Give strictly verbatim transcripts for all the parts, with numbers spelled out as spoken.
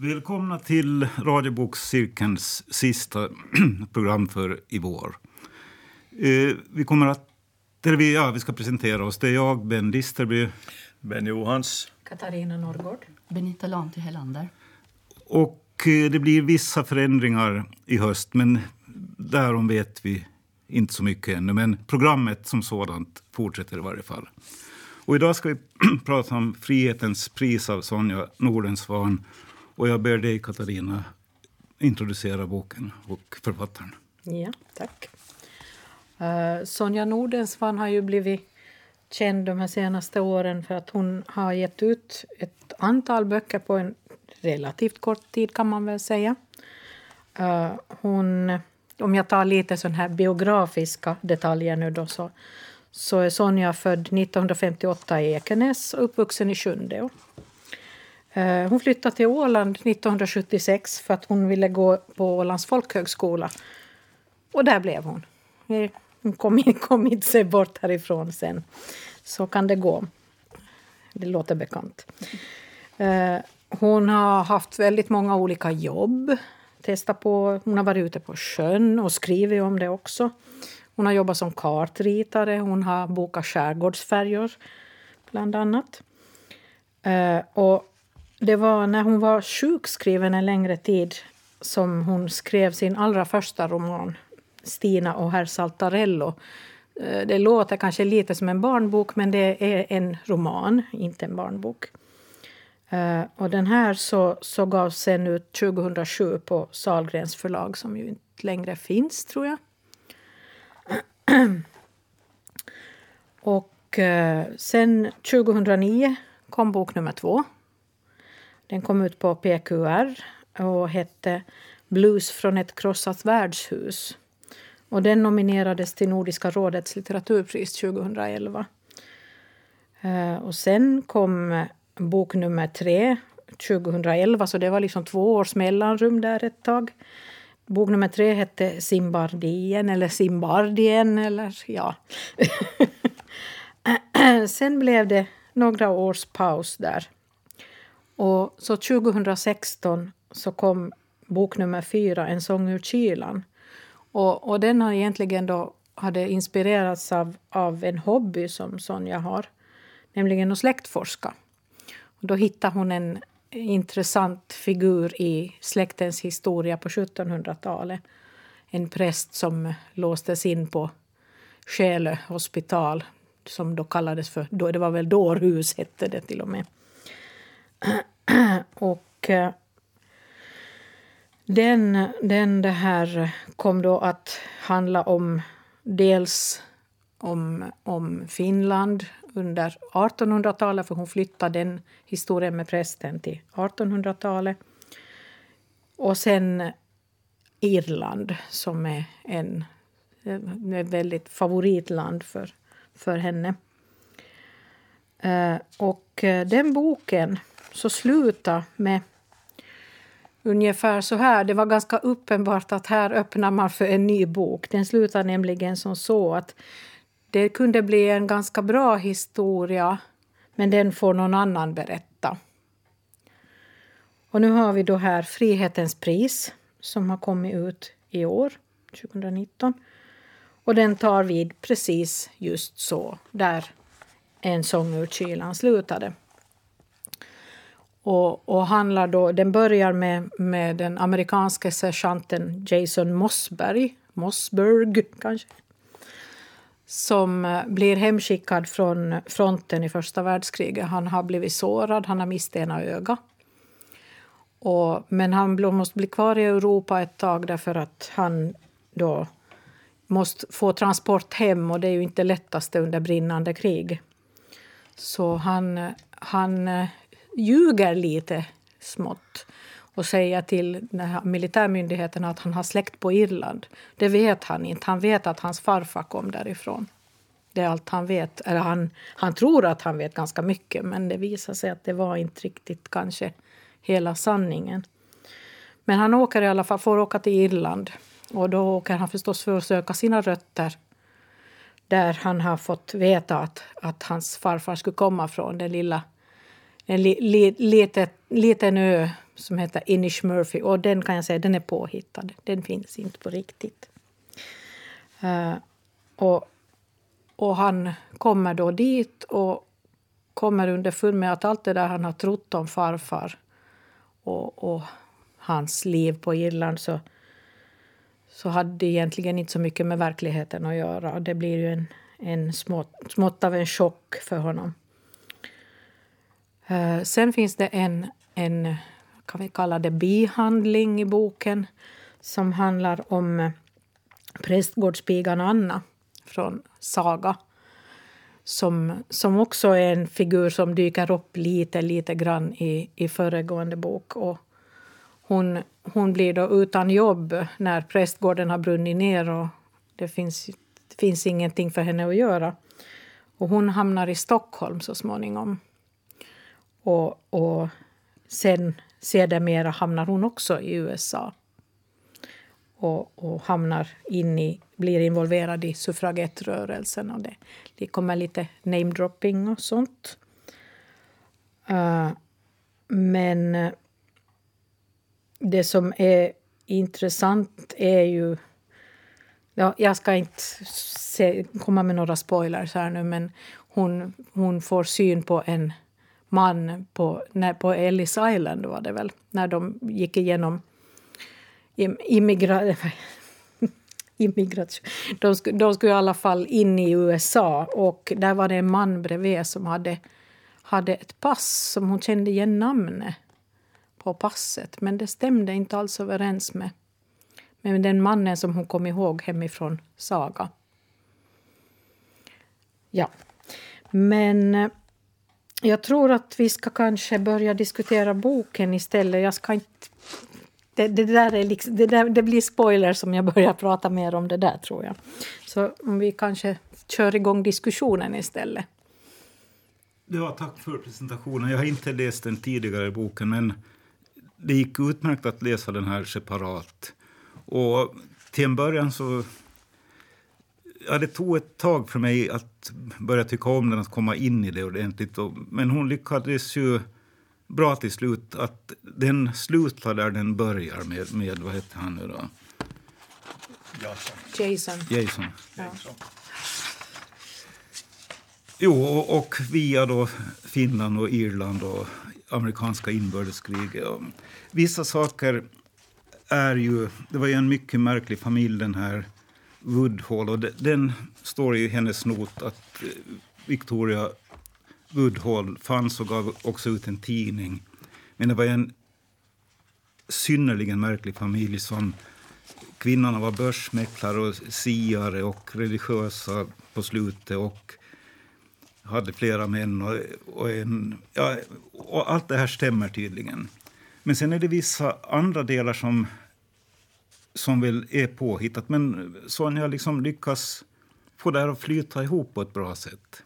Välkomna till Radiobokscirkelns sista program för i vår. Eh, vi kommer att, eller vi, ja, vi ska presentera oss. Det är jag, Ben Listerby. Ben Johans. Katarina Norrgård. Benita Lanti Hellander. Och eh, det blir vissa förändringar i höst, men därom vet vi inte så mycket ännu. Men programmet som sådant fortsätter i varje fall. Och idag ska vi prata om Frihetens pris av Sonja Nordensvan. Och jag ber dig, Katarina, introducera boken och författaren. Ja, tack. Uh, Sonja Nordensvan har ju blivit känd de här senaste åren för att hon har gett ut ett antal böcker på en relativt kort tid, kan man väl säga. Uh, hon, om jag tar lite sån här biografiska detaljer nu då, så, så är Sonja född nittonhundrafemtioåtta i Ekenäs och uppvuxen i Sjundeå. Hon flyttade till Åland nittonhundrasjuttiosex för att hon ville gå på Ålands folkhögskola. Och där blev hon. Hon kom, in, kom inte sig bort härifrån sen. Så kan det gå. Det låter bekant. Hon har haft väldigt många olika jobb. Testat på, hon har varit ute på sjön och skrivit om det också. Hon har jobbat som kartritare. Hon har bokat skärgårdsfärjor bland annat. Och det var när hon var sjukskriven en längre tid som hon skrev sin allra första roman, Stina och herr Saltarello. Det låter kanske lite som en barnbok, men det är en roman, inte en barnbok. Och den här så, så gavs sen ut tjugohundrasju på Sahlgrens förlag, som ju inte längre finns, tror jag. Och sen tjugohundranio kom bok nummer två. Den kom ut på P Q R och hette Blues från ett krossat värdshus. Och den nominerades till Nordiska rådets litteraturpris tjugohundraelva. Och sen kom bok nummer tre tjugohundraelva, så det var liksom två års mellanrum där ett tag. Bok nummer tre hette Simbardien eller Simbardien eller ja. Sen blev det några års paus där. Och så tjugohundrasexton så kom bok nummer fyra, En sång ur kylan. Och, och den har egentligen då hade inspirerats av, av en hobby som Sonja har. Nämligen att släktforska. Och då hittade hon en intressant figur i släktens historia på sjuttonhundratalet. En präst som låstes in på Själö hospital. Som då kallades för, då, det var väl dårhus hette det till och med. Och den, den det här kom då att handla om dels om, om Finland under artonhundratalet, för hon flyttade den historien med prästen till artonhundratalet. Och sen Irland som är en, en väldigt favoritland för, för henne. Och den boken så slutar med ungefär så här. Det var ganska uppenbart att här öppnar man för en ny bok. Den slutar nämligen som så att det kunde bli en ganska bra historia, men den får någon annan berätta. Och nu har vi då här Frihetens pris som har kommit ut i år, tjugohundranitton. Och den tar vid precis just så där En sång ur kylan slutade. Och, och handlar då, den börjar med, med den amerikanska sergeanten Jason Mossberg, Mossberg kanske, som blir hemskickad från fronten i första världskriget. Han har blivit sårad, han har mist ena öga. Och, men han måste bli kvar i Europa ett tag därför att han då måste få transport hem, och det är ju inte lättaste under brinnande krig. Så han, han ljuger lite smått och säger till den här militärmyndigheten att han har släkt på Irland. Det vet han inte. Han vet att hans farfar kom därifrån. Det är allt han vet. Eller han, han tror att han vet ganska mycket, men det visar sig att det var inte riktigt kanske hela sanningen. Men han åker i alla fall, får åka till Irland. Och då åker han förstås för att söka sina rötter. Där han har fått veta att, att hans farfar skulle komma från den lilla en li, li, lite, liten ö som heter Inishmurphy, och den kan jag säga, den är påhittad. Den finns inte på riktigt. Uh, och, och han kommer då dit och kommer underfund med att allt det där han har trott om farfar och, och hans liv på Irland, så, så hade det egentligen inte så mycket med verkligheten att göra. Det blir ju en, en smått, smått av en chock för honom. Uh, sen finns det en, en, kan vi kalla det bihandling i boken, som handlar om prästgårdspigan Anna från Saga. Som, som också är en figur som dyker upp lite, lite grann i, i föregående bok. Och hon, hon blir då utan jobb när prästgården har brunnit ner och det finns, det finns ingenting för henne att göra. Och hon hamnar i Stockholm så småningom. Och, och sen sedermera hamnar hon också i U S A. Och, och hamnar in i, blir involverad i suffragettrörelsen. Och det, det kommer lite namedropping och sånt. Uh, men det som är intressant är ju... Ja, jag ska inte se, komma med några spoilers här nu, men hon, hon får syn på en man på, när, på Ellis Island var det väl, när de gick igenom immigra, immigration. De, sk, de skulle i alla fall in i U S A, och där var det en man bredvid som hade, hade ett pass som hon kände igen namnet på passet, men det stämde inte alls överens med, med den mannen som hon kom ihåg hemifrån Saga. Ja, men jag tror att vi ska kanske börja diskutera boken istället. Jag ska inte... Det, det, där är liksom, det, där, det blir spoiler som jag börjar prata mer om det där, tror jag. Så om vi kanske kör igång diskussionen istället. Ja, tack för presentationen. Jag har inte läst den tidigare boken, men det gick utmärkt att läsa den här separat. Och till en början så... Ja, det tog ett tag för mig att börja tycka om den, att komma in i det ordentligt. Men hon lyckades ju bra till slut, att den slutar där den börjar med, med vad heter han nu då? Jason. Jason. Jason. Ja. Jo, och, och via då Finland och Irland och amerikanska inbördeskrig. Vissa saker är ju... Det var ju en mycket märklig familj, den här Woodhull, och den står i hennes not att Victoria Woodhull fanns och gav också ut en tidning. Men det var en synnerligen märklig familj som kvinnorna var börsmäklare och siare och religiösa på slutet och hade flera män och, och en, ja, och allt det här stämmer tydligen. Men sen är det vissa andra delar som som väl är påhittat, men Sonja liksom lyckas få det här att flyta ihop på ett bra sätt.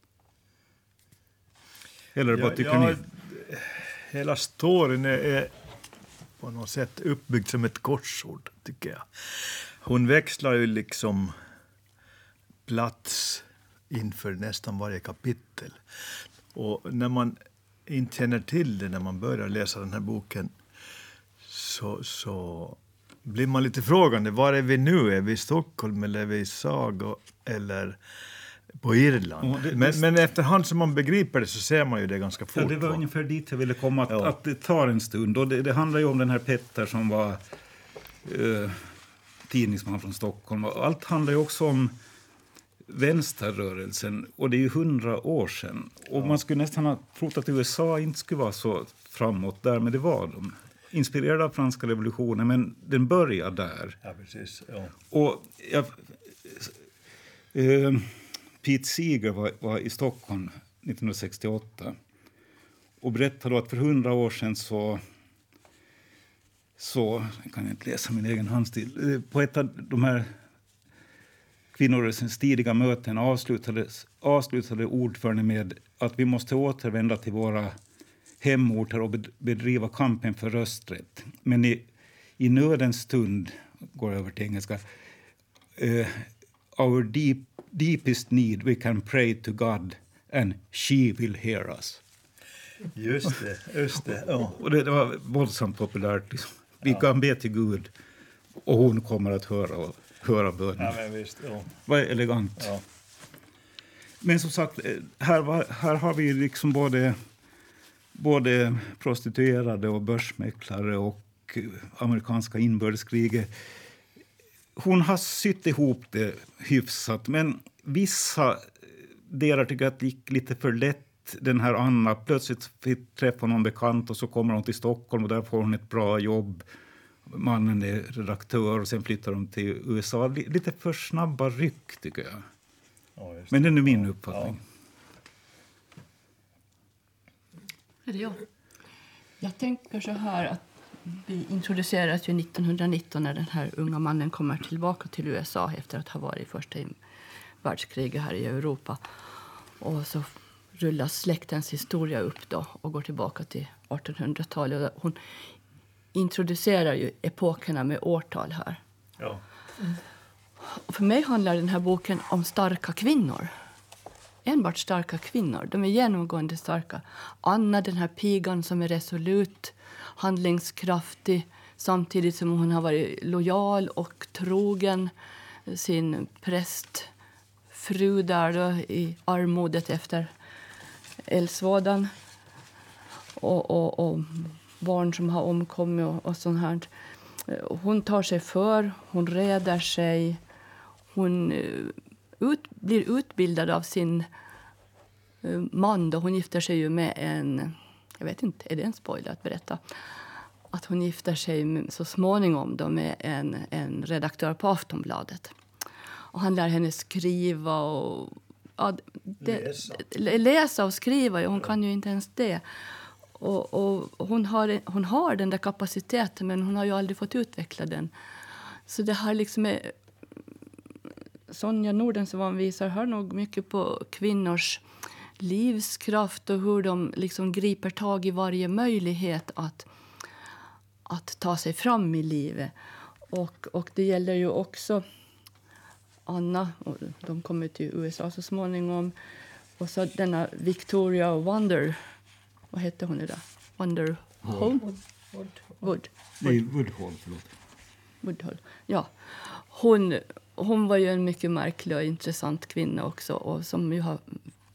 Eller vad tycker ja, ni? Hela storyn är, är på något sätt uppbyggd som ett korsord, tycker jag. Hon växlar ju liksom plats inför nästan varje kapitel. Och när man inte känner till det när man börjar läsa den här boken, så... så blir man lite frågande, var är vi nu? Är vi i Stockholm eller är vi i Saga eller på Irland? Det, det, men, men efterhand som man begriper det så ser man ju det ganska fort. Ja, det var ungefär dit jag ville komma, att, ja. att det tar en stund. Och det, det handlar ju om den här Petter som var eh, tidningsman från Stockholm. Och allt handlar ju också om vänsterrörelsen, och det är ju hundra år sedan. Och ja. Man skulle nästan ha trott att U S A inte skulle vara så framåt där, men det var de. Inspirerad av franska revolutionen, men den börjar där. Ja, precis. Ja. Och jag, eh, Pete Seeger var, var i Stockholm nittonhundrasextioåtta och berättade då att för hundra år sedan så så, jag kan inte läsa min egen handstil, eh, på ett av de här kvinnorörelsens tidiga möten avslutades, avslutade ordförande med att vi måste återvända till våra hemorter och bedriva kampen för rösträtt. Men i, i nödens stund, går över till engelska, uh, our deep, deepest need we can pray to God and she will hear us. Just det, just det. Ja. Och det, det var våldsamt populärt. Liksom. Vi ja. kan be till Gud och hon kommer att höra, och, höra bönen. Ja, men visst. Ja. Vad elegant. Ja. Men som sagt, här, var, här har vi liksom både, både prostituerade och börsmäklare och amerikanska inbördeskriget. Hon har sytt ihop det hyfsat, men vissa delar tycker att det gick lite för lätt. Den här Anna, plötsligt träffar någon bekant och så kommer hon till Stockholm och där får hon ett bra jobb. Mannen är redaktör och sen flyttar de till U S A. Lite för snabba ryck tycker jag. Ja, men det är nu min uppfattning. Ja. Är det jag? Jag tänker så här att vi introduceras ju nittonhundranitton när den här unga mannen kommer tillbaka till U S A efter att ha varit i första världskriget här i Europa. Och så rullas släktens historia upp då och går tillbaka till artonhundratalet. Hon introducerar ju epokerna med årtal här. Ja. Mm. Och för mig handlar den här boken om starka kvinnor. Enbart starka kvinnor. De är genomgående starka. Anna, den här pigan som är resolut, handlingskraftig, samtidigt som hon har varit lojal och trogen sin prästfru där då, i armodet efter eldsvådan. Och, och, och barn som har omkommit och, och sånt här. Hon tar sig för, hon reder sig. Hon ut, blir utbildad av sin uh, man då. Hon gifter sig ju med en, jag vet inte, är det en spoiler att berätta? Att hon gifter sig med, så småningom då med en, en redaktör på Aftonbladet. Och han lär henne skriva och ja, det, läsa. läsa och skriva. Hon kan ju inte ens det. Och, och hon, har, hon har den där kapaciteten men hon har ju aldrig fått utveckla den. Så det här liksom är, Sonja Nordenson visar här nog mycket på kvinnors livskraft och hur de liksom griper tag i varje möjlighet att, att ta sig fram i livet. Och, och det gäller ju också Anna, och de kommer till U S A så småningom. Och så denna Victoria Wonder, vad heter hon idag? Wonder Wood. Wood. Wood. Nej, Woodhull, förlåt. Woodhull, ja. Hon, hon var ju en mycket märklig och intressant kvinna också. Och som ju har,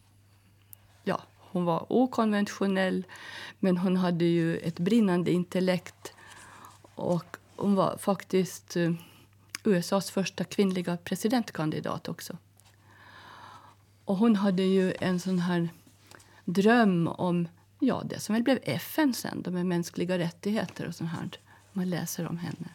ja, hon var okonventionell, men hon hade ju ett brinnande intellekt. Och hon var faktiskt uh, U S A:s första kvinnliga presidentkandidat också. Och hon hade ju en sån här dröm om, ja, det som väl blev F N sen, de med mänskliga rättigheter och sånt här. Man läser om henne.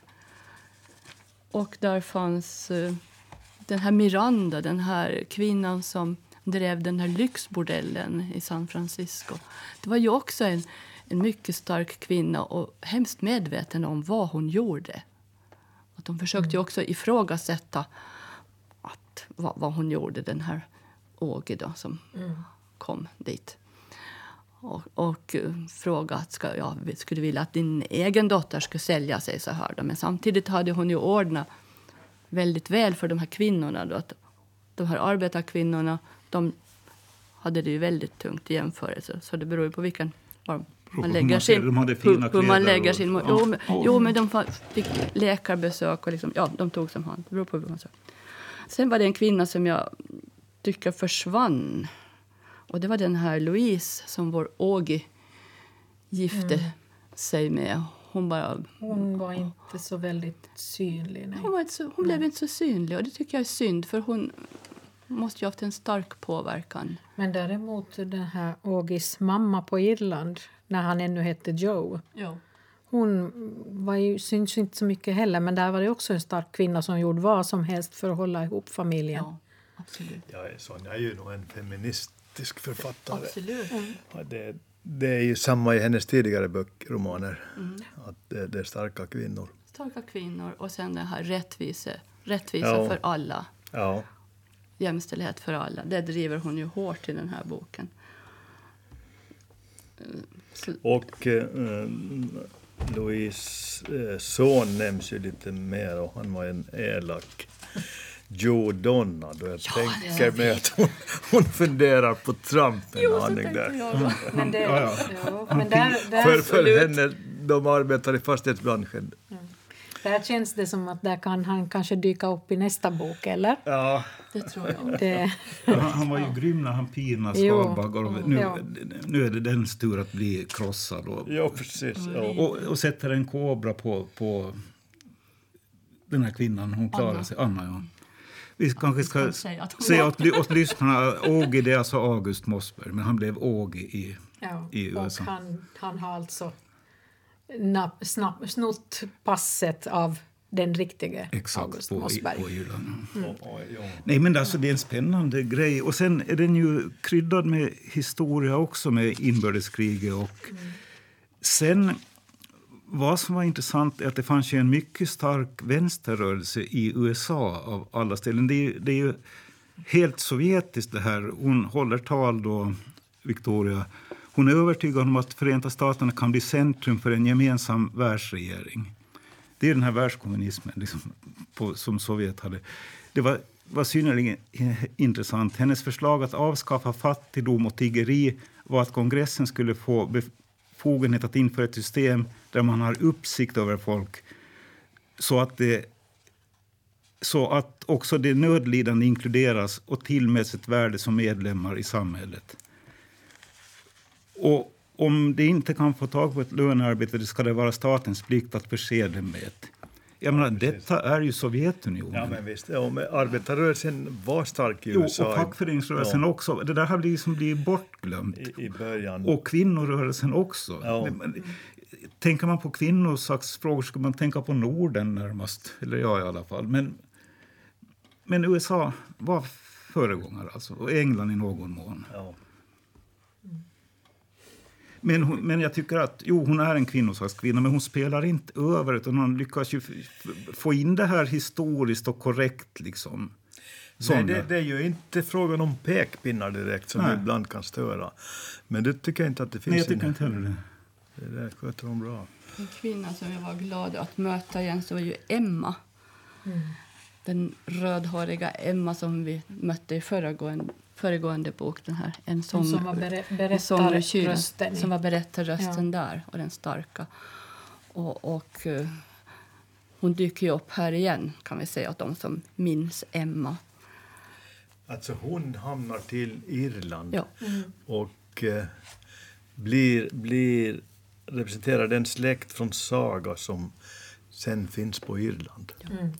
Och där fanns uh, den här Miranda, den här kvinnan som drev den här lyxbordellen i San Francisco. Det var ju också en, en mycket stark kvinna och hemskt medveten om vad hon gjorde. Att de försökte ju också ifrågasätta att, vad, vad hon gjorde, den här Åge då, som mm. kom dit. Och, och uh, fråga att ska, ja, skulle vilja att din egen dotter skulle sälja sig så här då. Men samtidigt hade hon ju ordnat väldigt väl för de här kvinnorna då, att de här arbetarkvinnorna, de hade det ju väldigt tungt i jämförelse. Så det beror ju på vilken var man lägger sin, de hade fina hur, hur man lägger och, sin, ja. jo, men, jo men de fick läkarbesök och liksom, ja, de tog som hand. Det beror på hur man sa. Sen var det en kvinna som jag tycker försvann. Och det var den här Louise som vår Åge gifte mm. sig med. Hon bara... Hon var inte så väldigt synlig. Nej. Hon, var inte så, hon blev inte så synlig och det tycker jag är synd för hon måste ju ha haft en stark påverkan. Men däremot den här Ågis mamma på Irland, när han ännu hette Joe. Ja. Hon var ju, syns inte så mycket heller, men där var det också en stark kvinna som gjorde vad som helst för att hålla ihop familjen. Ja, absolut. Ja, Sonja är ju nog en feministisk författare. Absolut. Mm. Ja, det, det är ju samma i hennes tidigare böcker, romaner. Mm. Att det, det är starka kvinnor. Starka kvinnor och sen det här rättvisa, rättvisa ja. för alla. Ja. Jämställdhet för alla. Det driver hon ju hårt i den här boken. Så. Och eh, Louise eh, son nämns ju lite mer och han var en elak Joe Donna då jag Ja, tänker mig att hon, hon funderar på Trump en Jo, så aning tänkte där. jag då. Men, det, Ja, ja, men där, där, För, för henne, de arbetar i fastighetsbranschen. där känns det som att där kan han kanske dyka upp i nästa bok, eller? Ja, Det tror jag. Det, Han, han var ju grym när han pinade Jo. skalbaggar. Och nu, Ja. nu är det dens tur att bli krossad. Och, ja precis. Ja. och, och sätter en kobra på, på den här kvinnan. Hon klarar Anna. sig. Anna, ja. Vi kanske ska ska säga att hon säga var- åt, ly- åt lyssnarna. Åge, det är alltså August Mossberg. Men han blev Åge i, ja. i U Och S A. han, han har alltså napp, snapp, snott passet av den riktiga Exakt, August på, i, Mossberg. på Irland. Ja. Och, och, ja. Nej, men alltså, det är en spännande grej. Och sen är den ju kryddad med historia också, med inbördeskriget. Och sen, vad som var intressant är att det fanns ju en mycket stark vänsterrörelse i U S A av alla ställen. Det är, det är ju helt sovjetiskt det här. Hon håller tal då, Victoria. Hon är övertygad om att Förenta Staterna kan bli centrum för en gemensam världsregering. Det är den här världskommunismen liksom, på, som Sovjet hade. Det var, var synnerligen intressant. Hennes förslag att avskaffa fattigdom och tiggeri var att kongressen skulle få befogenhet att införa ett system där man har uppsikt över folk så att, det, så att också det nödlidande inkluderas och tillmäts ett värde som medlemmar i samhället. Och om det inte kan få tag på ett lönearbete, det ska det vara statens plikt att förse dem med ett. Jag menar, detta är ju Sovjetunionen. Ja, men visst. Ja, men arbetarrörelsen var stark i Jo, U S A. och fackföreningsrörelsen ja, också. Det där har liksom blivit bortglömt. i, i början. Och kvinnorörelsen också. Ja. Men, men, tänker man på kvinnosaksfrågor ska man tänka på Norden närmast. Eller jag i alla fall. Men, men U S A var föregångare alltså. Och England i någon mån. Ja. Men, hon, men jag tycker att jo, hon är en kvinnosakskvinna, men hon spelar inte över, utan hon lyckas ju f- f- få in det här historiskt och korrekt liksom. Nej, det, det är ju inte frågan om pekpinnar direkt som Nej. ibland kan störa. Men det tycker jag inte att det finns. Nej, jag tycker en- inte heller det. Det där sköter de bra. En kvinna som jag var glad att möta igen så var ju Emma. Den rödhåriga Emma som vi mötte i föregående, föregående bok. Den här, en sång, som var berä- en sång ur kylen, berättarrösten i- som var berättarrösten Ja. där och den starka. Och, och uh, hon dyker ju upp här igen kan vi säga åt de som minns Emma. Alltså hon hamnar till Irland Ja. och eh, blir, blir representerar den släkt från Saga som sen finns på Irland.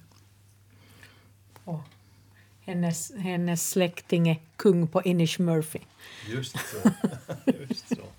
Och hennes, hennes släkting är kung på Inishmurphy. Just så. Just så.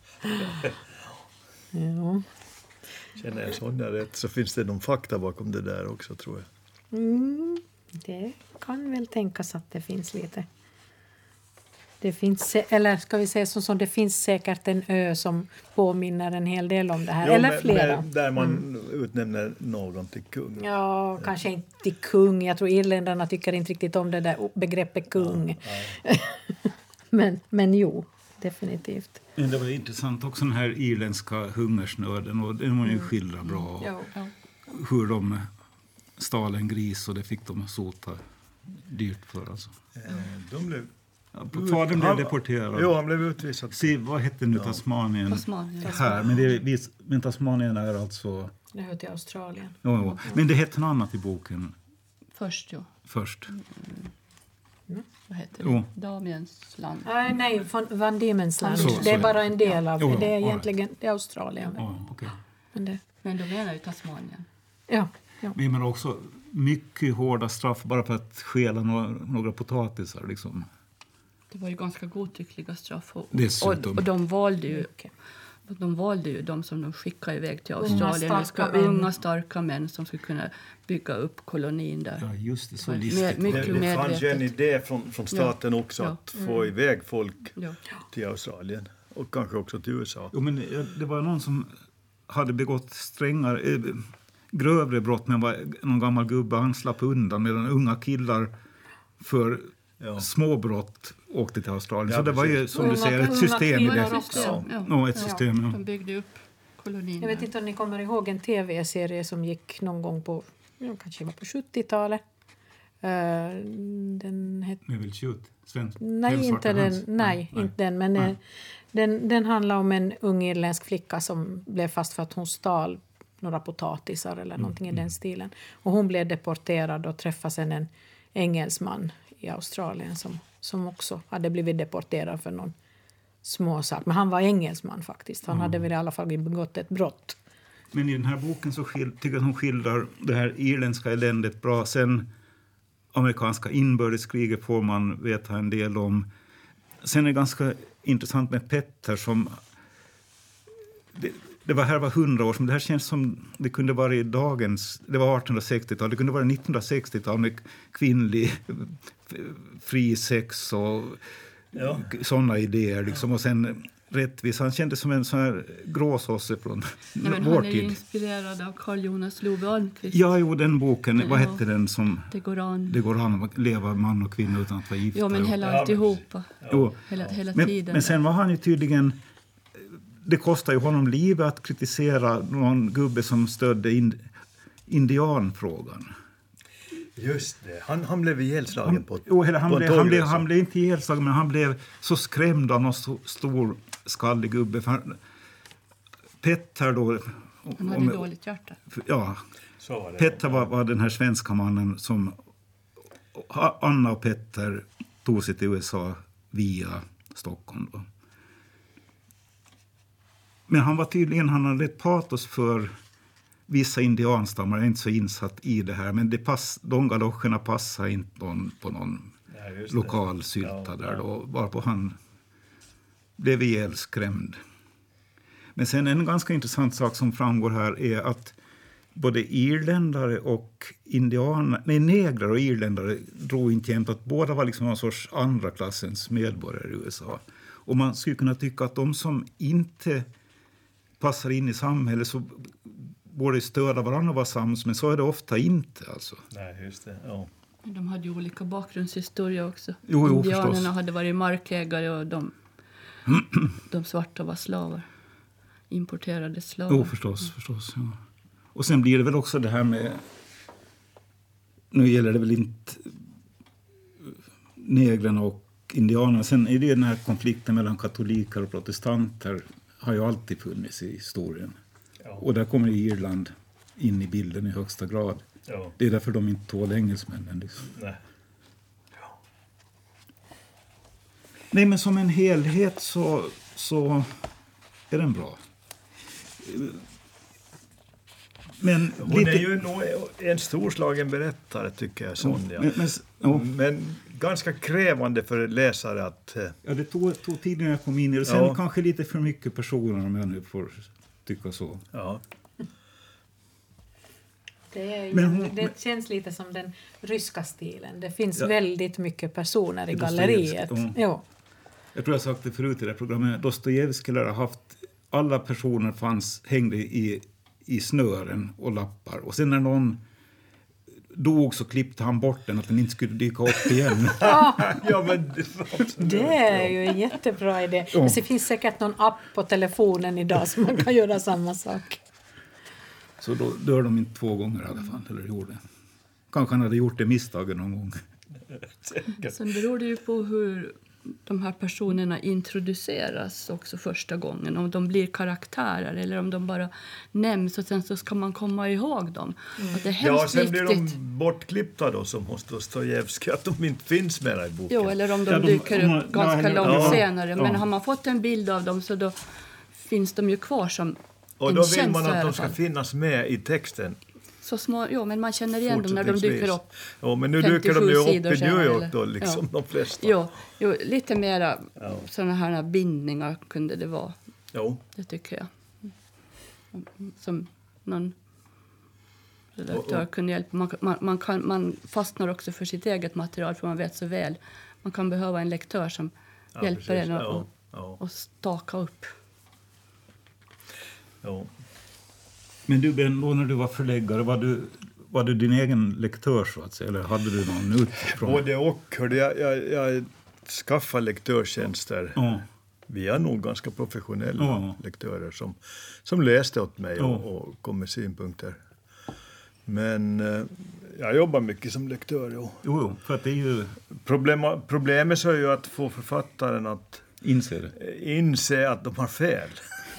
Ja. Känner jag Sonja rätt så finns det någon fakta bakom det där också tror jag. Mm, det kan väl tänkas att det finns lite. Det finns, eller ska vi säga så, så det finns säkert en ö som påminner en hel del om det här. Jo, eller men- flera. men där man utnämner någon till kung. Ja, kanske inte till kung. Jag tror irländarna tycker inte riktigt om det där begreppet kung. men, men jo, definitivt. Men det var intressant också den här irländska hungersnöden, och den var ju skildra bra. Ja. Ja. Hur de stal en gris och det fick de sota dyrt för. Alltså. Eh, De blev, Ja, fadern blev Han- deporterad. Jo, han blev utvisad. Se, vad hette nu Tasmanien? Tasmanien. Här, men, det är, vis- men Tasmanien är alltså... Det hör till Australien. Jo, jo. Men det hette något annat i boken Först ju. först. Vad heter Jo. det? Damiens land. Nej, nej, från Van Diemen's Land. Så- det så är är bara det. en del av Jo, jo, det. är all right. egentligen det är Australien. Ja, okej. Men det, Men de menar ju Tasmanien. ja, ja. Men men också mycket hårda straff bara för att stjäla några, några potatisar. Liksom. Det var ju ganska godtyckliga straff. Och, Dessutom. och, och de valde ju Mycket. de valde ju de som de skickade iväg till Unga, Australien. Det ska starka män. unga, starka män som skulle kunna bygga upp kolonin där. Ja, just det. Så Mer- listigt. Det, mycket det fanns ju en medvetet. idé från, från staten också Ja. att få iväg folk Ja. till Australien och kanske också till U S A. Jo, men eh, det var någon som hade begått strängare, eh, grövre brott, men var någon gammal gubbe, han slapp undan, medan unga killar för Ja. små brott åkte till Australien. Ja, så det var ju, precis. som du Unga- säger, ett unga system i kvinnor det. också. Ja. Ja. Ja, ett Ja. system, ja. De byggde upp kolonin Jag vet där. inte om ni kommer ihåg en tv-serie som gick någon gång på, ja, kanske var på sjuttiotalet. den het... Med väl tjut? Svensk? Nej, inte den, nej, nej, inte den. Men nej. Den, den handlar om en ung irländsk flicka som blev fast för att hon stal några potatisar eller någonting mm. i den stilen. Och hon blev deporterad och träffade sen en engelsman i Australien som, som också hade blivit deporterad för någon småsak. Men han var engelsman faktiskt. Han mm. hade väl i alla fall begått ett brott. Men i den här boken så skil, tycker jag att hon skildrar det här irländska eländet bra. Sen amerikanska inbördeskriget får man veta en del om. Sen är det ganska intressant med Petter som... Det, det var här var hundra år, men det här känns som det kunde vara i dagens... Det var artonhundrasextiotal, det kunde vara nittonhundrasextiotal med kvinnlig fri sex och ja. sådana idéer. Liksom. Och sen rättvis. Han kändes som en sån här gråsosse från Nej, men vår han är ju tid. inspirerad av Carl Jonas Love Almqvist. Ja, jo, den boken. Ja. Vad hette den som... Det går an. Det går an att leva man och kvinna utan att vara gifta. Ja, men hela ja, alltihopa. Jo. Hela, hela Men, tiden. men sen var han ju tydligen... Det kostar ju honom livet att kritisera någon gubbe som stödde in, indianfrågan. Just det. Han, han blev ihjälslagen på, jo, eller han, på blev, han, blev, han blev inte ihjälslagen, men han blev så skrämd av någon så stor skallig gubbe. För han, Petter då... Han hade dåligt hjärta. Ja, så var det. Petter var, var den här svenska mannen som... Anna och Petter tog sig till U S A via Stockholm då. Men han var tydligen, han hade ett patos för vissa indianstammar. Jag är inte så insatt i det här. Men det pass, de galoscherna passar inte någon, på någon ja, lokal sylta ja, där. Då, varpå han blev ihjälskrämd. Men sen en ganska intressant sak som framgår här är att både irländare och indianer, nej, negrer och irländare drog inte jämt, att båda var liksom någon sorts andra klassens medborgare i U S A. Och man skulle kunna tycka att de som inte passar in i samhället så borde stödja varandra och vara sams, men så är det ofta inte. Alltså. Nej, just det. Ja. De hade ju olika bakgrundshistoria också. Jo, jo, Indianerna förstås. hade varit markägare och de, de svarta var slavar. Importerade slavar. Jo, förstås. förstås ja. Och sen blir det väl också det här med... Nu gäller det väl inte negrarna och indianerna. Sen är det den här konflikten mellan katoliker och protestanter har ju alltid funnits i historien. Ja. Och där kommer Irland in i bilden i högsta grad. Ja. Det är därför de inte tål engelsmännen. Liksom. Nej. Ja. Nej, men som en helhet så, så är den bra. Men hon lite... är ju nog en storslagen berättare, tycker jag, Sonja. Men, men, oh. men ganska krävande för läsare att... Ja, det tog, tog tid när jag kom in i det. Sen ja. kanske lite för mycket personer, om jag nu får tycka så. Ja. Det, är ju, hon, det känns lite som den ryska stilen. Det finns ja. väldigt mycket personer i galleriet. Ja. Ja. Jag tror jag sagt det förut i det här programmet. Dostojevskij har haft... Alla personer fanns, hängde i, i snören och lappar. Och sen när någon dog så klippte han bort den, att den inte skulle dyka upp igen. Ja, ja, men det är ju en jättebra idé. Ja. Men det finns säkert någon app på telefonen idag som man kan göra samma sak. Så då dör de inte två gånger i alla fall, eller gjorde. Kanske han hade gjort det misstaget någon gång. Sen beror det ju på hur de här personerna introduceras också första gången. Om de blir karaktärer eller om de bara nämns och sen så ska man komma ihåg dem. Mm. Att det är hemskt ja, sen viktigt. blir de bortklippta då, som hos Dostojevskij, att de inte finns mer i boken. Jo, eller om de, ja, de dyker de, upp de, ganska ja, långt ja, senare. Men ja. har man fått en bild av dem så då finns de ju kvar som och en då känsla. vill man att de ska finnas med i texten. Så små, jo, men man känner igen dem när de dyker upp. Ja, men nu dyker de ju upp i New York då, liksom ja. de flesta. Jo, jo, lite mera ja. sådana här bindningar kunde det vara. Jo. Det tycker jag. Som någon redaktör kunde hjälpa. Man, man, man, kan, man fastnar också för sitt eget material, för man vet så väl. Man kan behöva en lektör som ja, hjälper en att ja. ja. och staka upp. Ja. Men du, Ben, då när du var förläggare, var du, var du din egen lektör så att säga? Eller hade du någon utifrån? Både och. Jag, jag, jag skaffade lektörstjänster ja. via nog ganska professionella ja. lektörer som, som läste åt mig ja. och, och kom med synpunkter. Men eh, jag jobbar mycket som lektör. Jo. Jo, jo, för att det är ju... Problem, problemet är ju att få författaren att Inser det. inse att de har fel.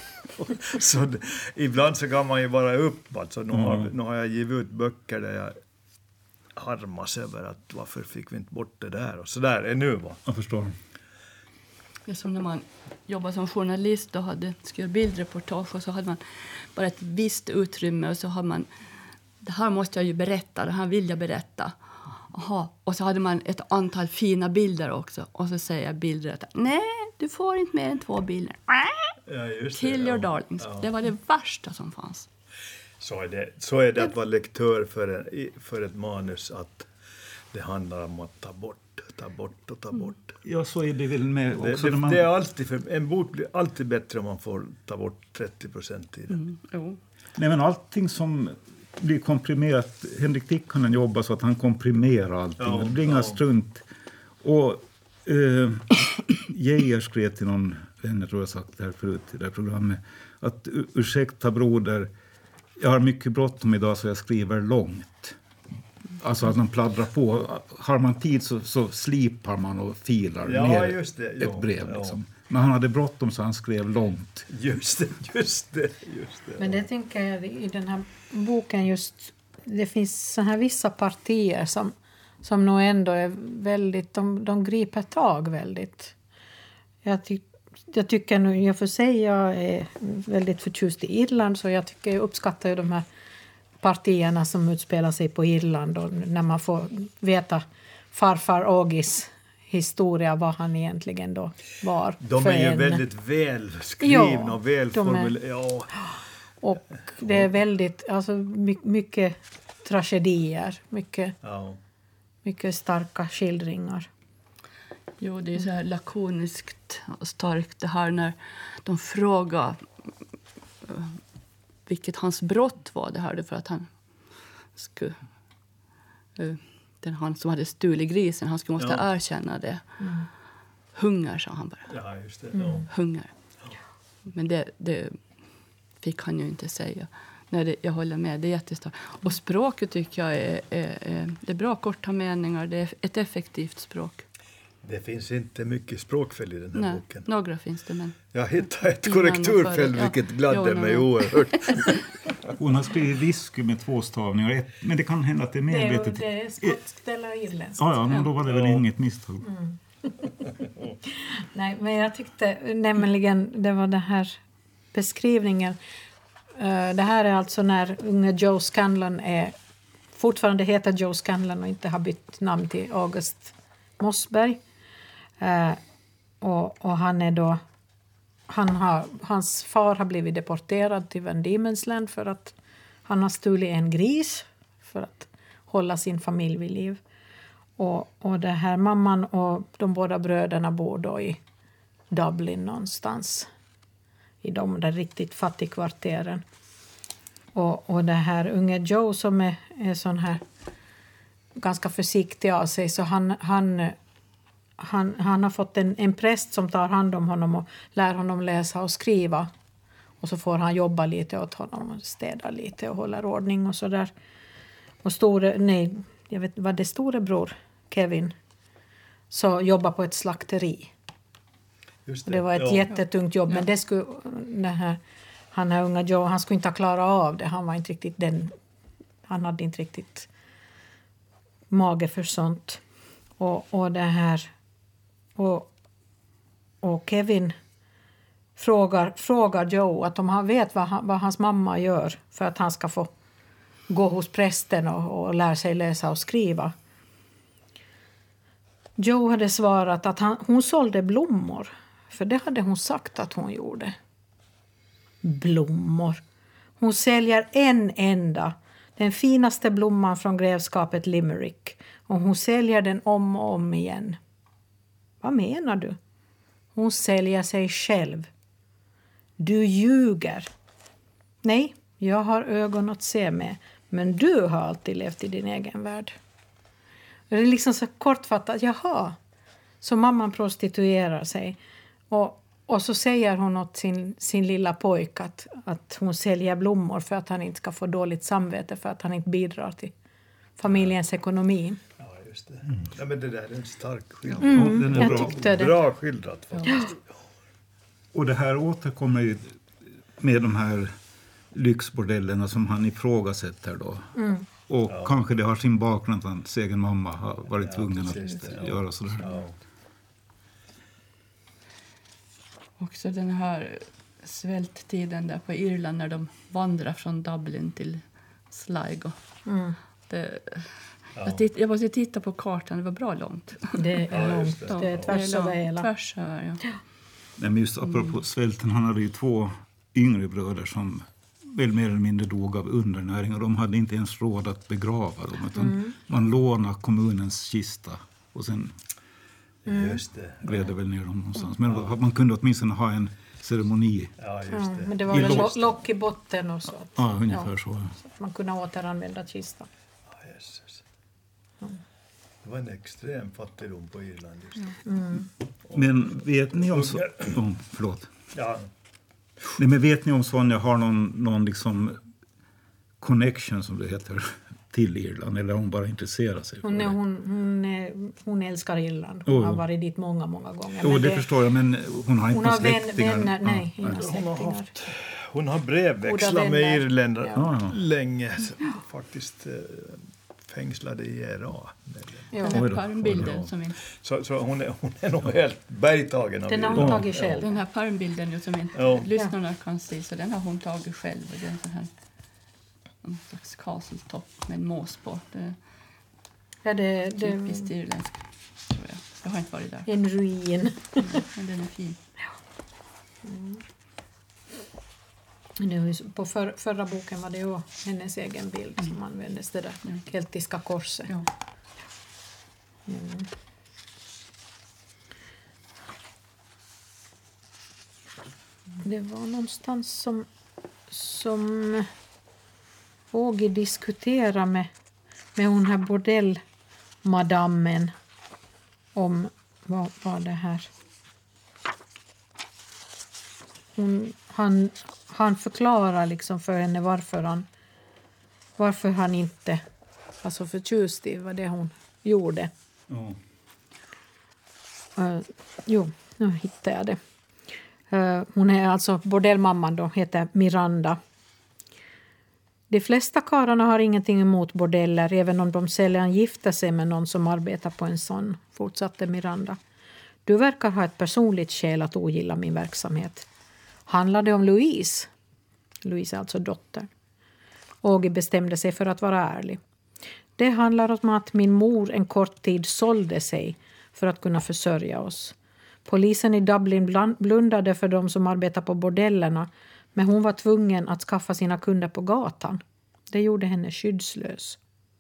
Så det, ibland så kan man ju bara upp. Alltså, nu, har, nu har jag givit ut böcker där jag harmas över att varför fick vi inte bort det där. Och så där är nu, va? Jag förstår. Det är som när man jobbar som journalist och hade skrivit bildreportage och så hade man bara ett visst utrymme och så hade man, det här måste jag ju berätta, det här vill jag berätta. Aha. Och så hade man ett antal fina bilder också. Och så säger bildrättaren, nej, du får inte mer än två bilder. Ja, just Kill det, your ja. darlings. Ja. Det var det värsta som fanns. Så är det, så är det att vara lektör för, en, för ett manus, att det handlar om att ta bort, ta bort och ta bort. Ja, så är det väl med Det, också. det, när man... det är alltid för, en bok blir alltid bättre om man får ta bort trettio procent i den. Mm. Jo. Nej, men allting som blir komprimerat. Henrik Tikkanen jobbar så att han komprimerar allting. Ja, det blir inga ja. strunt. Och eh, Geijer skrev till någon vän, jag tror jag sagt det här förut i det här programmet, att ursäkta broder, jag har mycket bråttom idag så jag skriver långt. Alltså att man pladdrar på. Har man tid så, så slipar man och filar Ja, ner just det. Jo, ett brev. ja. Liksom. Men han hade bråttom så han skrev långt. Just det, just det, just det. Men det tänker jag i den här boken just, det finns så här vissa partier som, som nog ändå är väldigt, de, de griper tag väldigt. Jag, ty, jag tycker nu, jag för sig, jag är väldigt förtjust i Irland, så jag tycker jag uppskattar ju de här partierna som utspelar sig på Irland och när man får veta farfar Augis historia, vad han egentligen då var. De för är ju en. väldigt välskrivna Ja, och välformulerade. Ja. Och det är väldigt, alltså my, mycket tragedier, mycket, Ja. mycket starka skildringar. Jo, det är så här lakoniskt och starkt det här när de frågar uh, vilket hans brott var det här, för att han skulle uh, den han som hade stulit grisen, han skulle måste Ja. erkänna det. Mm. Hunger, sa han bara. Ja, just det. Mm. Ja. Hunger. Men det, det fick han ju inte säga. Nej, det, jag håller med, det är jättestarkt. Och språket tycker jag är, är, är, det är bra korta meningar, det är ett effektivt språk. Det finns inte mycket språkfel i den här Nej, boken. några finns det, men... Jag hittade ett Innan och korrekturfel, före, ja. vilket gladde Jo, mig no, no. oerhört. Hon har skrivit whisky med två stavningar. Ett, men det kan hända att det är Det är, medvetet. det är skotskt eller irländskt. Ja, ja, men då var det väl Ja. inget misstag. Nej, men jag tyckte nämligen, det var den här beskrivningen. Uh, det här är alltså när unge Joe Scanlon är, fortfarande heter Joe Scanlon och inte har bytt namn till August Mossberg. Uh, och, och han är då, han har, hans far har blivit deporterad till Van Diemen's Land för att han har stulit en gris för att hålla sin familj vid liv. Och, och det här mamman och de båda bröderna bor då i Dublin någonstans. I de där riktigt fattiga kvarteren. Och, och det här unge Joe som är, är sån här ganska försiktig av sig, så han, han, han, han har fått en, en präst som tar hand om honom och lär honom läsa och skriva. Och så får han jobba lite åt honom och städa lite och hålla ordning och sådär. Och store, nej, jag vet vad det storebror Kevin så jobbar på ett slakteri. Just Och det var ett ja. jättetungt jobb, men det skulle det här, han här unga Joe, han skulle inte ha klarat av det. Han var inte riktigt den, han hade inte riktigt mage för sånt. Och, och det här och, och Kevin frågar, frågar Joe att om han vet vad, han, vad hans mamma gör för att han ska få gå hos prästen och, och lära sig läsa och skriva. Joe hade svarat att han, hon sålde blommor. För det hade hon sagt att hon gjorde. Blommor. Hon säljer en enda. Den finaste blomman från grevskapet Limerick. Och hon säljer den om och om igen. Vad menar du? Hon säljer sig själv. Du ljuger. Nej, jag har ögon att se med. Men du har alltid levt i din egen värld. Det är liksom så kortfattat. Jaha. Så mamman prostituerar sig. Och, Och så säger hon åt sin, sin lilla pojk att, att hon säljer blommor för att han inte ska få dåligt samvete för att han inte bidrar till familjens ekonomi. Ja, just det. Mm. Ja, men det där är en stark skildring. Mm, Ja, den är jag bra. tyckte det. Bra skildrat faktiskt. Och det här återkommer ju med de här lyxbordellerna som han ifrågasätter då. Mm. Och Ja. kanske det har sin bakgrund att hans egen mamma har varit Ja, tvungen att precis det, ja. göra sådär. Ja. Också den här svälttiden där på Irland när de vandrar från Dublin till Sligo. Mm. Det, Ja. jag, titt, jag måste titta på kartan, det var bra långt. Det är Ja, långt. just det. Det är tvärs över långt, hela. Tvärs över, ja. Nej, men just apropå svälten, han hade ju två yngre bröder som väl mer eller mindre dog av undernäring. Och de hade inte ens råd att begrava dem. Utan Mm. man lånade kommunens kista och sen Just det. grävde väl ner dem någonstans. Men man kunde åtminstone ha en ceremoni. Ja, just Ja, det. men det var I väl lost. lo- lock i botten och så. Att, Ja, ungefär ja, så. så att man kunde återanvända kistan. Ja, Jesus. Det var en extrem fattigdom på Irland just. Mm. Men vet ni om... Så, oh, förlåt. Ja, Nej, men vet ni om Sonja har någon, någon liksom connection, som det heter, till Irland? Eller hon bara intresserar sig för Hon, är, det? hon, hon, är, hon älskar Irland. Hon Oh. har varit dit många, många gånger. Jo, Men det, förstår jag, men hon har inte hon har vän, släktingar. vänner. Nej, Ja, inga nej. hon har släktingar. haft... Hon har brevväxlat Goda med vänner. irländare Ja, ja. länge. Faktiskt eh, fängslade i I R A. Ja. Den Oj här då. parmbilden som inte... Så, så hon, är, hon är nog helt bergtagen av Den har Irland. hon tagit själv. Den här parmbilden ju som inte Ja. lyssnarna kan se, så den har hon tagit själv. Och det är en sån här en slags castle-topp med en mås på. Det är Ja, det, det typiskt irländskt, tror jag. Jag har inte varit där, en ruin. men den är fin. Nu, på för, förra boken var det ju hennes egen bild som användes, det där Mm. keltiska korset. Ja. Mm. Det var någonstans som, som Åge diskuterade med, med hon här bordellmadammen om vad var det här. Hon, han, han förklarar liksom för henne varför han, varför han inte var så förtjust i vad det hon gjorde. Ja. Uh, jo, nu hittar jag det. Uh, hon är alltså bordellmamman då, heter Miranda. De flesta karlarna har ingenting emot bordeller, även om de sällan gifter sig med någon som arbetar på en sån, fortsatte Miranda. Du verkar ha ett personligt skäl att ogilla min verksamhet. Handlar det om Louise? Louise är alltså dottern. Åge bestämde sig för att vara ärlig. Det handlar om att min mor en kort tid sålde sig för att kunna försörja oss. Polisen i Dublin blundade för de som arbetar på bordellerna, men hon var tvungen att skaffa sina kunder på gatan. Det gjorde henne skyddslös.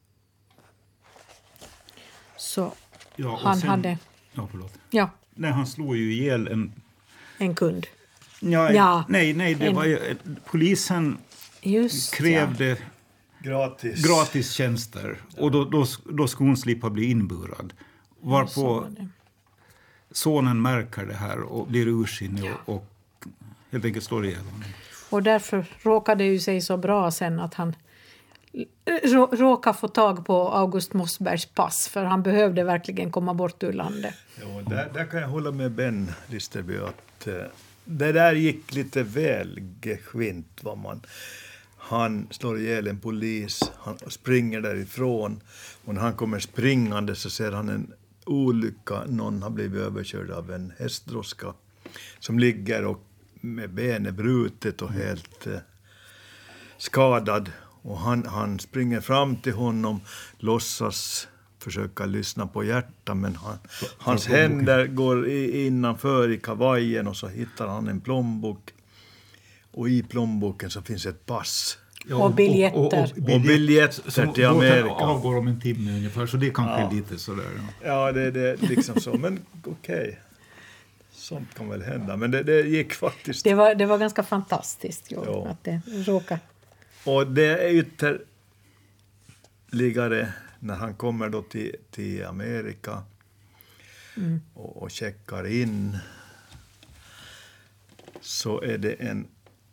Så Ja, och han sen- hade Ja, förlåt. ja, Nej, han slog ju ihjäl en... en kund. Ja, Ja. Nej, nej, det En- var ju... Polisen Just krävde Gratis. gratis tjänster. Och då, då, då skulle hon slippa bli inburad. Så Varpå var det. sonen märker det här och blir ursinnig och, och helt enkelt slår ihjäl honom. Och därför råkade det ju sig så bra sen att han rå, råkade få tag på August Mossbergs pass, för han behövde verkligen komma bort ur landet. Jo, där, där kan jag hålla med Ben Listerby att eh, det där gick lite väl geschwint. Vad man, han slår ihjäl en polis, han springer därifrån och när han kommer springande så ser han en olycka. Någon har blivit överkörd av en hästdroska som ligger och med benet brutet och helt eh, skadad. Och han, han springer fram till honom, låtsas försöka lyssna på hjärtat, men han, hans händer går i, innanför i kavajen och så hittar han en plånbok. Och i plånboken så finns ett pass. Ja, Och biljetter. Och, och, Och biljetter som till båten Amerika. avgår om en timme ungefär, så det kanske Ja. är lite sådär. Ja. Ja, det det är liksom så. Men okej, okay. Sånt kan väl hända. Men det, det gick faktiskt. Det var, det var ganska fantastiskt jo, Ja. att det råkade. Och det är ytterligare när han kommer då till, till Amerika Mm. och, och checkar in. så är det en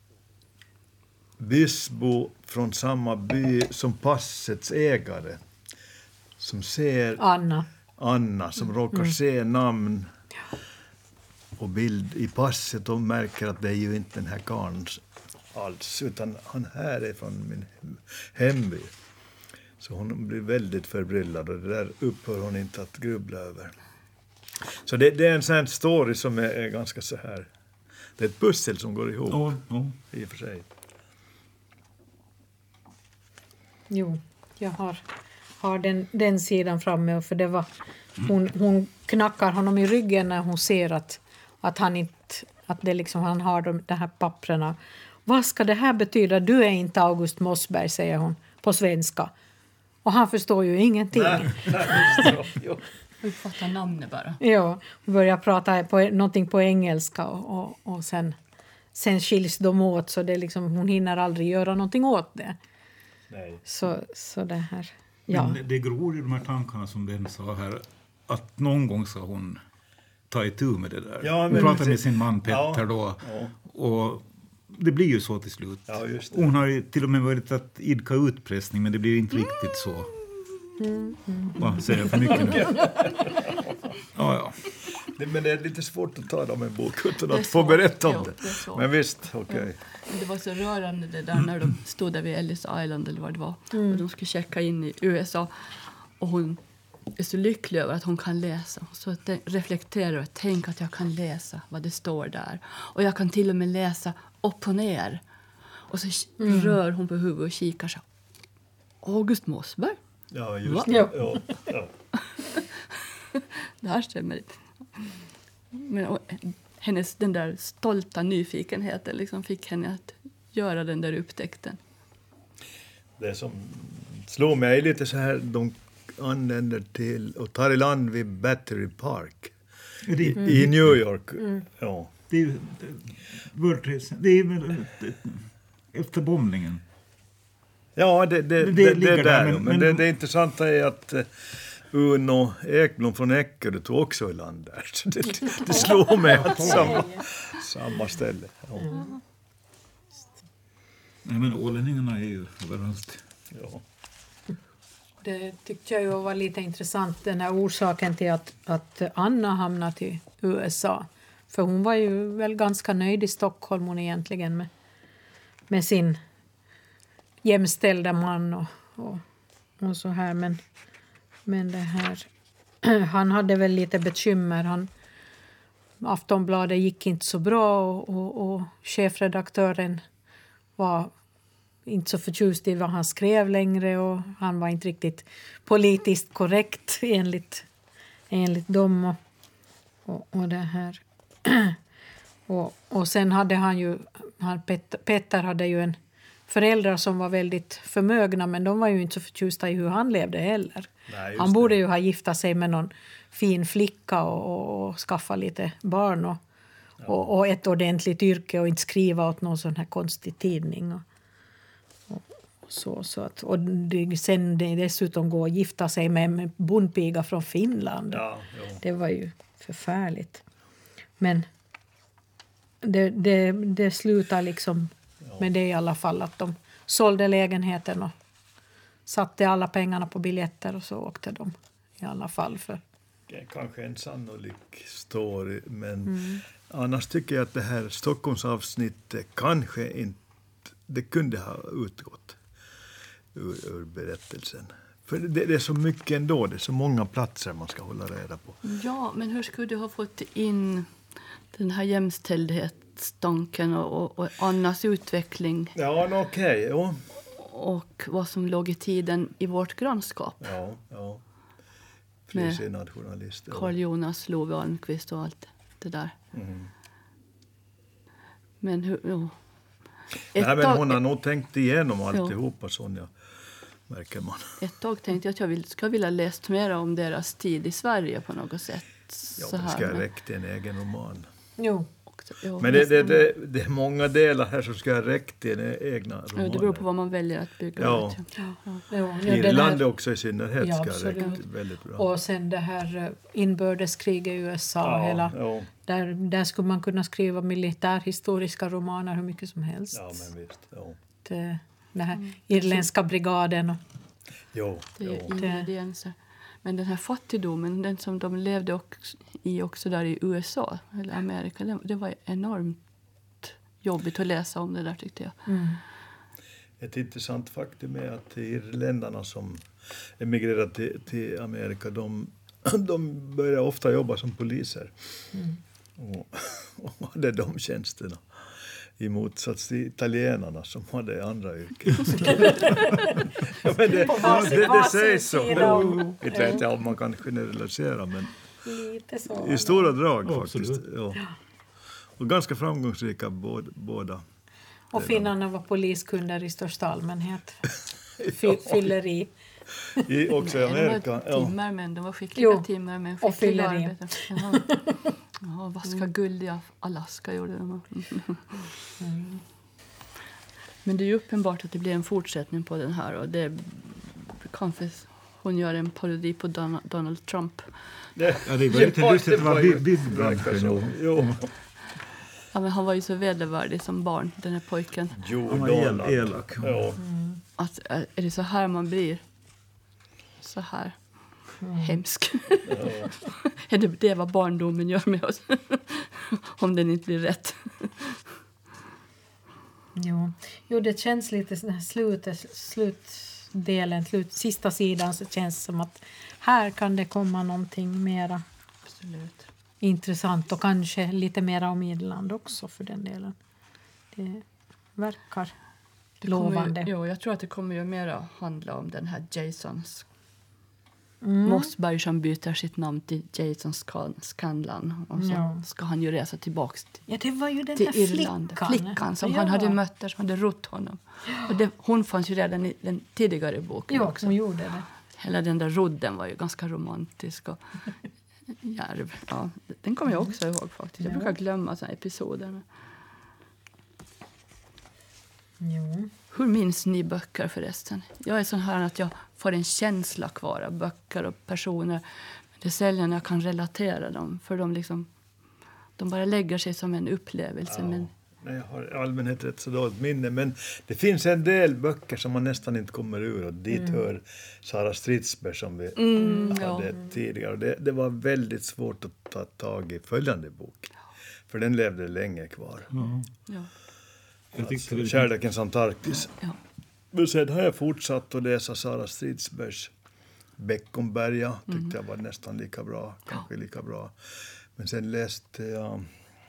bysbo från samma by som passets ägare som ser Anna. Anna som råkar Mm. se namn och bild i passet och märker att det är ju inte den här karln alls, utan han här är från min hemby. Så hon blir väldigt förbryllad och det där upphör hon inte att grubbla över. Så det, det är en sån här story som är, är ganska så här. Det är ett pussel som går ihop Ja, ja. i och för sig. Jo, jag har, har den, den sidan framme. För det var, hon, hon knackar honom i ryggen när hon ser att, att, han, inte, att det liksom, han har de, de här papperna. Vad ska det här betyda? Du är inte August Mossberg, säger hon på svenska. Och han förstår ju ingenting. Nej, nej, jo. Uppfatta namnet bara. Ja, hon börjar prata på, någonting på engelska och, och, och sen, sen skiljs de åt så det liksom, hon hinner aldrig göra någonting åt det. Nej. Så, så det här, ja. Men det gror i de här tankarna som den sa här, att någon gång ska hon ta itu med det där. Ja, hon men- pratar med sin man Petter Ja, då ja. och det blir ju så till slut. Ja, just det. Hon har ju till och med varit att idka utpressning, men det blir inte riktigt så. Vad säger jag för mycket nu? Ja, ja. Det, men det är lite svårt att ta dem en bok utan Det är att få så. berätta om Ja, det. det är så. Men visst, okej. Men det var så rörande det där när de stod där vid Ellis Island eller vad det var. Och de skulle checka in i U S A. Och hon är så lycklig över att hon kan läsa. Så att det reflekterar och tänk att jag kan läsa vad det står där. Och jag kan till och med läsa upp och ner. Och så rör hon på huvudet och kikar så. August Mossberg? Ja, Va? just det. Ja. Ja, ja. Det här stämmer. Men och, hennes den där stolta nyfikenheten liksom fick henne att göra den där upptäckten. Det som slår mig är lite så här, de anländer till och tar i land vid Battery Park Det, i, är- i New York. Ja. det är ju World Trade Center. Det är väl efter bombningen. Ja, det, det, Det det, det, ligger är där, där. men- Men, men- det, det intressanta är att eh, Uno Ekblom från Eckerö tog också i land där. Så det, det slår mig att samma, samma ställe. Ja. Nej, men ålänningarna är ju överallt. Ja. Det tyckte jag ju var lite intressant, den här orsaken till att, att Anna hamnade i U S A. För hon var ju väl ganska nöjd i Stockholm hon egentligen med, med sin jämställda man och, och, och så här. Men, men det här, han hade väl lite bekymmer. Han, Aftonbladet gick inte så bra och, och, och chefredaktören var inte så förtjust i vad han skrev längre och han var inte riktigt politiskt korrekt enligt, enligt dem och, och, och det här. och, och sen hade han ju, han, Petter, Petter hade ju en föräldrar som var väldigt förmögna men de var ju inte så förtjusta i hur han levde heller. Nej, just Han borde det. ju ha gifta sig med någon fin flicka och, och, och skaffa lite barn och, och, och ett ordentligt yrke och inte skriva åt någon sån här konstig tidning och, och, och så, så att, och det, sen det dessutom gå och gifta sig med en bondpiga från Finland. Ja, ja. Det var ju förfärligt. Men det, det, det slutar liksom med det i alla fall att de sålde lägenheten och satte alla pengarna på biljetter och så åkte de i alla fall. För. Det är kanske en sannolik story, men annars tycker jag att det här Stockholmsavsnittet kanske inte, det kunde ha utgått ur, ur berättelsen. För det, det är så mycket ändå, det är så många platser man ska hålla reda på. Ja, men hur skulle du ha fått in den här jämställdhetstanken och, och, och Annas utveckling Ja, no, okej, ja. och vad som låg i tiden i vårt grannskap? Ja, ja. Med Frisinnad journalist. Ja. Carl Jonas, Love Almqvist och allt det där. Mm. Men hur... Jo. Ett, Nej, men tag, hon har nog tänkt igenom alltihopa, Sonja, märker man. ett tag tänkte jag att jag vill, ska vilja läst mer om deras tid i Sverige på något sätt. Ja, så det här. ska Men- räcka till en egen roman. Jo. Och också. Jo, Men det, det, det, det är många delar här som ska ha räckt till en egna romaner. Ja, det beror på vad man väljer att bygga. Ja. Ut. Ja. Ja. Jo, ja, den Irland här- också i synnerhet Ja, ska ha absolut. räckt väldigt bra. Och sen det här eh, inbördeskriget i U S A. Ja, hela, ja. Där, där skulle man kunna skriva militärhistoriska romaner hur mycket som helst. Ja, men visst. Ja. Det, den här irländska brigaden. Och, Jo, Det är jo. ingredienser. Men den här fattigdomen, den som de levde också, i också där i U S A eller Amerika, det, det var enormt jobbigt att läsa om det där tyckte jag. mm, Ett intressant faktum är att irländarna som emigrerade till, till Amerika, de, de började ofta jobba som poliser. mm. Och, och hade de tjänsterna. I motsats till italienarna som hade andra yrken. Ja, men det, På varsin- det, det varsin sägs så. sida om- Jo, inte vet jag om man kan generalisera, men Lite så. i stora drag Ja, faktiskt. absolut. Ja. Och ganska framgångsrika båda. båda. Och finnarna var poliskunder i största allmänhet. Fy, fylleri. I, också i Nej, de var Amerika. Ja. timmermän, de var skickliga Jo, timmermän. och skickliga fylleri. arbetare. Jaha. Ja, vaska guld i Alaska gjorde de. Mm. Men det är ju uppenbart att det blir en fortsättning på den här. Och det kanske hon gör en parodi på Don- Donald Trump. Det, Ja, det var lite Ja, lustigt. Det var ju- bygg- byggbranschen. och- Jo, Ja, men han var ju så vedervärdig som barn, den här pojken. jo Han var el- Donald. elak. Ja. Att, är är det så här man blir? Så här. Hemsk. Är det det vad barndomen gör med oss? Om den inte blir rätt. Jo. jo, det känns lite sån här slutet, slutdelen, slut, sista sidan så känns det som att här kan det komma någonting mera Absolut. intressant och kanske lite mera om Irland också för den delen. Det verkar Det kommer lovande. Ju, jo, jag tror att det kommer ju mer att handla om den här Jasons Mm. Mossberg som byter sitt namn till Jason Scan- Scanlan. Och så Ja. ska han ju resa tillbaka till, Ja, det var ju den till här Irland. flickan. Flickan som ja. han hade mött där, som hade rott honom. Och det, hon fanns ju redan i den tidigare boken Ja, också. hon gjorde det. Hela den där rodden var ju ganska romantisk och djärv. Ja, den kommer jag också ihåg faktiskt. Jag Ja. brukar glömma såna episoder. Jo. Hur minns ni böcker förresten? Jag är sån här att jag får en känsla kvar av böcker och personer. Men det är sällan jag kan relatera dem. För de liksom, de bara lägger sig som en upplevelse. Ja. Men Nej, jag har i allmänhet rätt så dåligt minne, men det finns en del böcker som man nästan inte kommer ur, och dit Mm. hör Sara Stridsberg som vi Mm, hade tidigare. Och det, det var väldigt svårt att ta tag i följande bok, för den levde länge kvar. Ja, ja, jag tyckte Alltså, det- Kärlekens Antarktis. ja. Men sen har jag fortsatt att läsa Sara Stridsbergs Beckomberga, tyckte Mm. jag var nästan lika bra, kanske lika bra. Men sen läste jag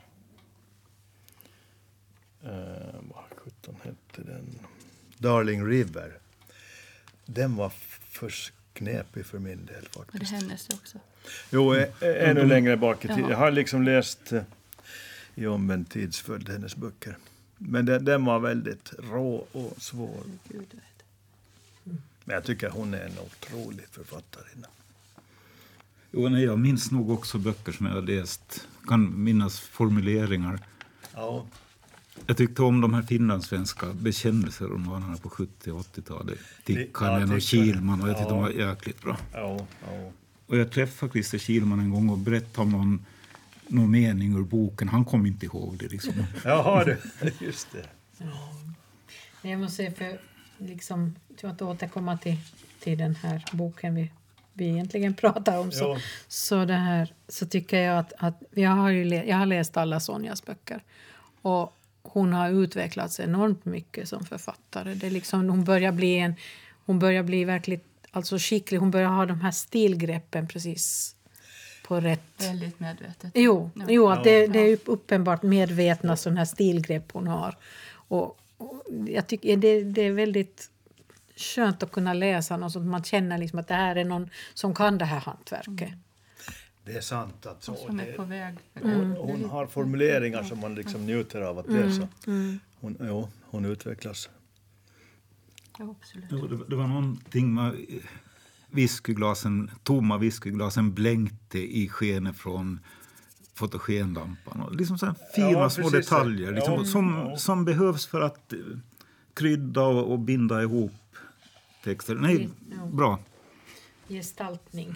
Uh, vad sjutton hette den? Darling River. Den var f- för knepig för min del Var det faktiskt. hennes också? Jo, ä- ä- ännu längre bak i tiden. Jaha. Jag har liksom läst uh, i omvänd tidsföljd hennes böcker. Men den, den var väldigt rå och svår. Gud, jag vet. Men jag tycker hon är en otrolig författarinna. Jo, nej, jag minns nog också böcker som jag har läst. Kan minnas formuleringar. Ja, Jag tyckte om de här finlandssvenska bekännelseromanerna på sjuttio- och åttiotalet. Tikkanen Ja, och Tikkanen. Kilman, och jag tyckte Ja. de var jäkligt bra. ja, ja. Och jag träffade Christer Kilman en gång och berättade om någon, någon mening ur boken. Han kom inte ihåg det liksom. Jaha, det, just det. Men jag måste säga, för liksom, till att återkomma till, till den här boken vi, vi egentligen pratar om, så, Ja. så, det här, så tycker jag att, att jag, har ju lä- jag har läst alla Sonjas böcker. Och hon har utvecklats enormt mycket som författare. Det är liksom, hon börjar bli en, hon börjar bli verkligt alltså skicklig. Hon börjar ha de här stilgreppen precis på rätt... Väldigt medvetet. Jo, Ja. jo att det, Ja. det är ju uppenbart medvetna sådana här stilgrepp hon har. Och, och jag tycker det, det är väldigt skönt att kunna läsa något så att man känner liksom att det här är någon som kan det här hantverket. Det är sant. Alltså, Som är det, på väg. hon, hon har formuleringar som man liksom njuter av att läsa. Hon, jo, hon utvecklas. Ja, absolut. Jo, det, det var någonting med whiskyglasen, tomma whiskyglasen blänkte i skenet från fotogenlampan. Och liksom så här fina Ja, små precis. detaljer liksom, Ja, som, ja. som behövs för att eh, krydda och, och binda ihop texter. Nej, Ja. bra. Gestaltning.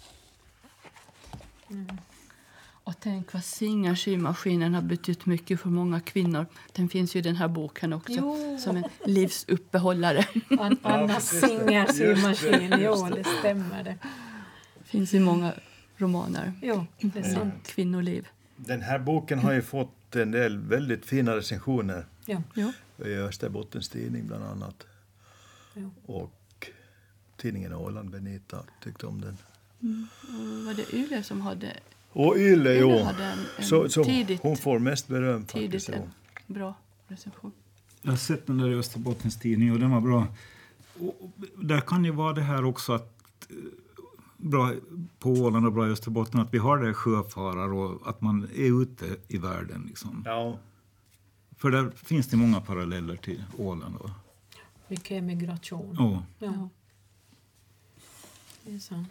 Och tänk vad Singer-symaskinen har betytt mycket för många kvinnor. Den finns ju i den här boken också Jo. som en livsuppehållare. An- Anna precis. Singer symaskin. Just Jo, det stämmer det. Finns i många romaner. Jo, det är sant. Kvinnoliv. Den här boken har ju fått en del väldigt fina recensioner Ja. Ja. i Österbottens tidning bland annat. Ja. Och tidningen Åland, Benita, tyckte om den. Och var det Yle som hade, Och Yle, Yle jo. hade en, en Så, så tidigt, hon får mest beröm tidigt faktiskt. en Jo. bra recension. Jag har sett den där i Österbottens tidning och den var bra. Och och där kan ju vara det här också att eh, bra på Åland och bra i Österbotten att vi har det sjöfarare och att man är ute i världen. Liksom. Ja. För där finns det många paralleller till Åland. Och, Mycket emigration. oh. Ja. Det är sant.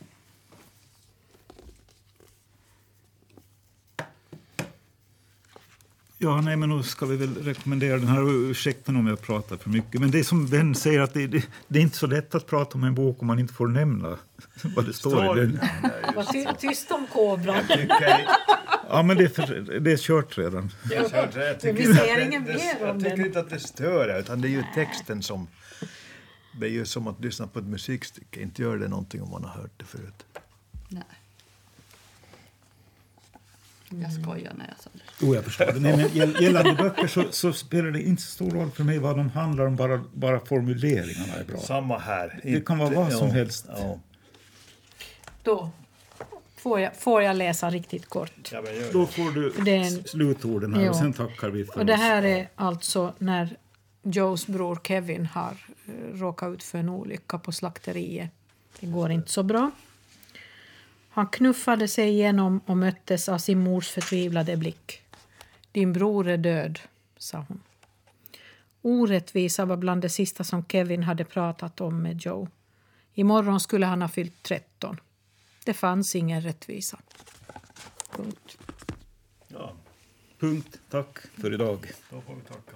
Ja, nej, men då ska vi väl rekommendera den här. Och ursäkta om jag pratar för mycket. Men det är som Ben säger att det, det, det är inte så lätt att prata om en bok om man inte får nämna vad det står, Står- i den. Var ty- tyst om kobran. Tycker, Ja, men det är, för, det är kört redan. jag, jag, jag tycker vi inte säger att det- inget det- mer om Jag tycker den. inte att det stör, utan det är ju texten som... Det är ju som att lyssna på ett musikstycke. Inte gör det någonting om man har hört det förut. Nej. Jag skojar när jag sa det. Jo, jag förstår det. Nej, men gäll- gällande böcker så, så spelar det inte så stor roll för mig vad de handlar om. Bara, bara formuleringarna är bra. Samma här. Det kan vara vad som ja, helst. Ja. Då får jag, får jag läsa riktigt kort. Ja, men gör Då det. får du Det är en- s- slutorden här Ja. och sen tackar vi för Och det oss. här är alltså när Joes bror Kevin har eh, råkat ut för en olycka på slakteriet. Det går inte så bra. Han knuffade sig igenom och möttes av sin mors förtvivlade blick. Din bror är död, sa hon. Orättvisa var bland det sista som Kevin hade pratat om med Joe. Imorgon skulle han ha fyllt tretton. Det fanns ingen rättvisa. Punkt. Ja, Punkt. Tack för idag. då får vi tacka.